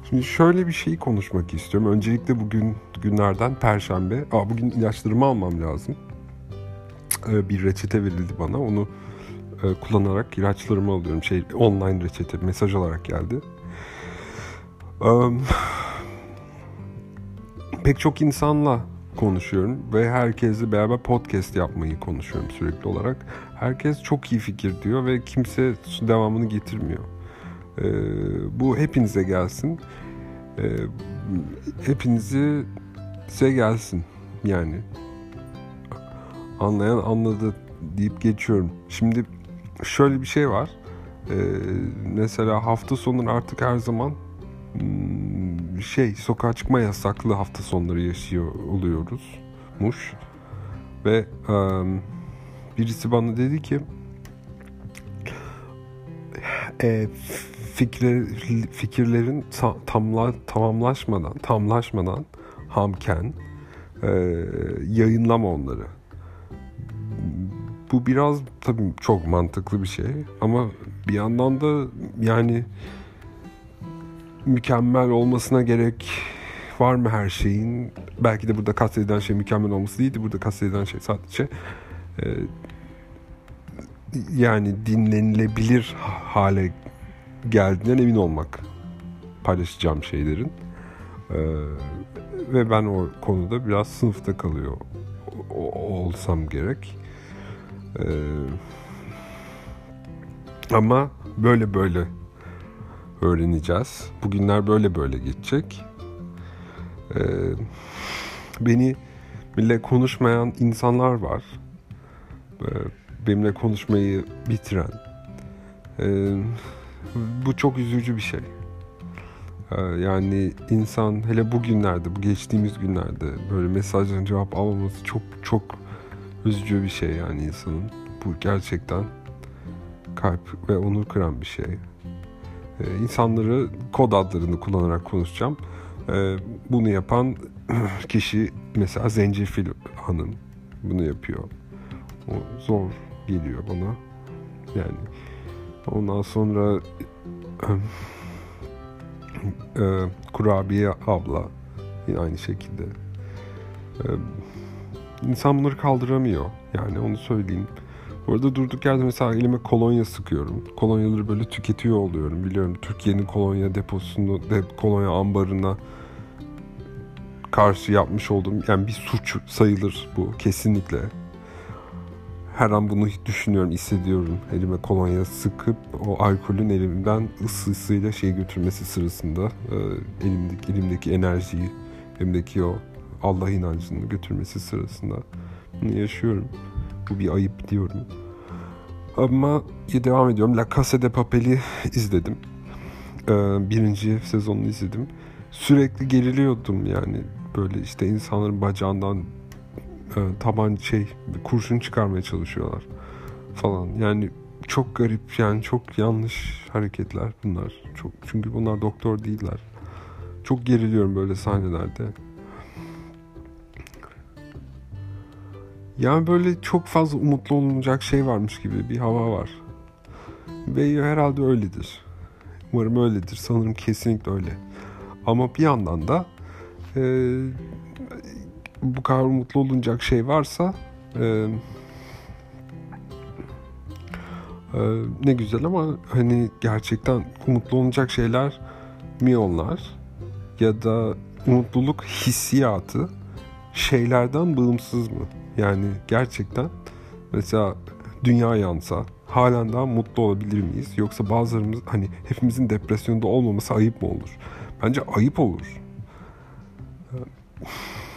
Şimdi şöyle bir şey konuşmak istiyorum. Öncelikle bugün günlerden Perşembe. Bugün ilaçlarımı almam lazım. Bir reçete verildi bana. Onu kullanarak ilaçlarımı alıyorum. Online reçete mesaj olarak geldi. Pek çok insanla konuşuyorum ve herkesle beraber podcast yapmayı konuşuyorum sürekli olarak. Herkes çok iyi fikir diyor ve kimse devamını getirmiyor. Bu hepinize gelsin. Hepinize gelsin. Yani anlayan anladı deyip geçiyorum. Şimdi şöyle bir şey var. Mesela hafta sonları artık her zaman sokağa çıkma yasaklı hafta sonları yaşıyor oluyoruzmuş. Ve birisi bana dedi ki fikirlerin tamlaşmadan hamken yayınlama onları. Bu biraz tabii çok mantıklı bir şey ama bir yandan da yani mükemmel olmasına gerek var mı her şeyin? Belki de burada kastedilen şey mükemmel olması değildi. Burada kastedilen şey sadece yani dinlenilebilir hale geldiğinden emin olmak. Paylaşacağım şeylerin. Ve ben o konuda biraz sınıfta kalıyor olsam gerek. Ama böyle öğreneceğiz. Bugünler böyle geçecek. Benimle konuşmayan insanlar var. Benimle konuşmayı bitiren. Bu çok üzücü bir şey. Yani insan hele bu geçtiğimiz günlerde böyle mesajların cevap almaması çok üzücü bir şey yani insanın. Bu gerçekten kalp ve onur kıran bir şey. İnsanları kod adlarını kullanarak konuşacağım. Bunu yapan kişi mesela Zencefil Hanım bunu yapıyor. O zor geliyor bana. Yani ondan sonra Kurabiye abla yine aynı şekilde. İnsan bunları kaldıramıyor. Yani onu söyleyeyim. Bu arada durduk yerde mesela elime kolonya sıkıyorum. Kolonyaları böyle tüketiyor oluyorum. Biliyorum Türkiye'nin kolonya deposunu, kolonya ambarına karşı yapmış olduğum yani bir suç sayılır bu kesinlikle. Her an bunu düşünüyorum, hissediyorum. Elime kolonya sıkıp o alkolün elimden ısısıyla götürmesi sırasında elimdeki enerjiyi, elimdeki o Allah inancını götürmesi sırasında bunu yaşıyorum. Bu bir ayıp diyorum. Ama devam ediyorum. La Casa de Papel'i izledim. Birinci sezonunu izledim. Sürekli geriliyordum yani. Böyle işte insanların bacağından kurşun çıkarmaya çalışıyorlar falan. Yani çok garip yani çok yanlış hareketler bunlar. Çünkü bunlar doktor değiller. Çok geriliyorum böyle sahnelerde. Yani böyle çok fazla umutlu olunacak şey varmış gibi bir hava var. Ve herhalde öyledir. Umarım öyledir. Sanırım kesinlikle öyle. Ama bir yandan da bu kadar umutlu olunacak şey varsa ne güzel ama hani gerçekten umutlu olunacak şeyler mi onlar? Ya da umutluluk hissiyatı şeylerden bağımsız mı? Yani gerçekten mesela dünya yansa halen daha mutlu olabilir miyiz? Yoksa bazılarımız hani hepimizin depresyonda olmaması ayıp mı olur? Bence ayıp olur.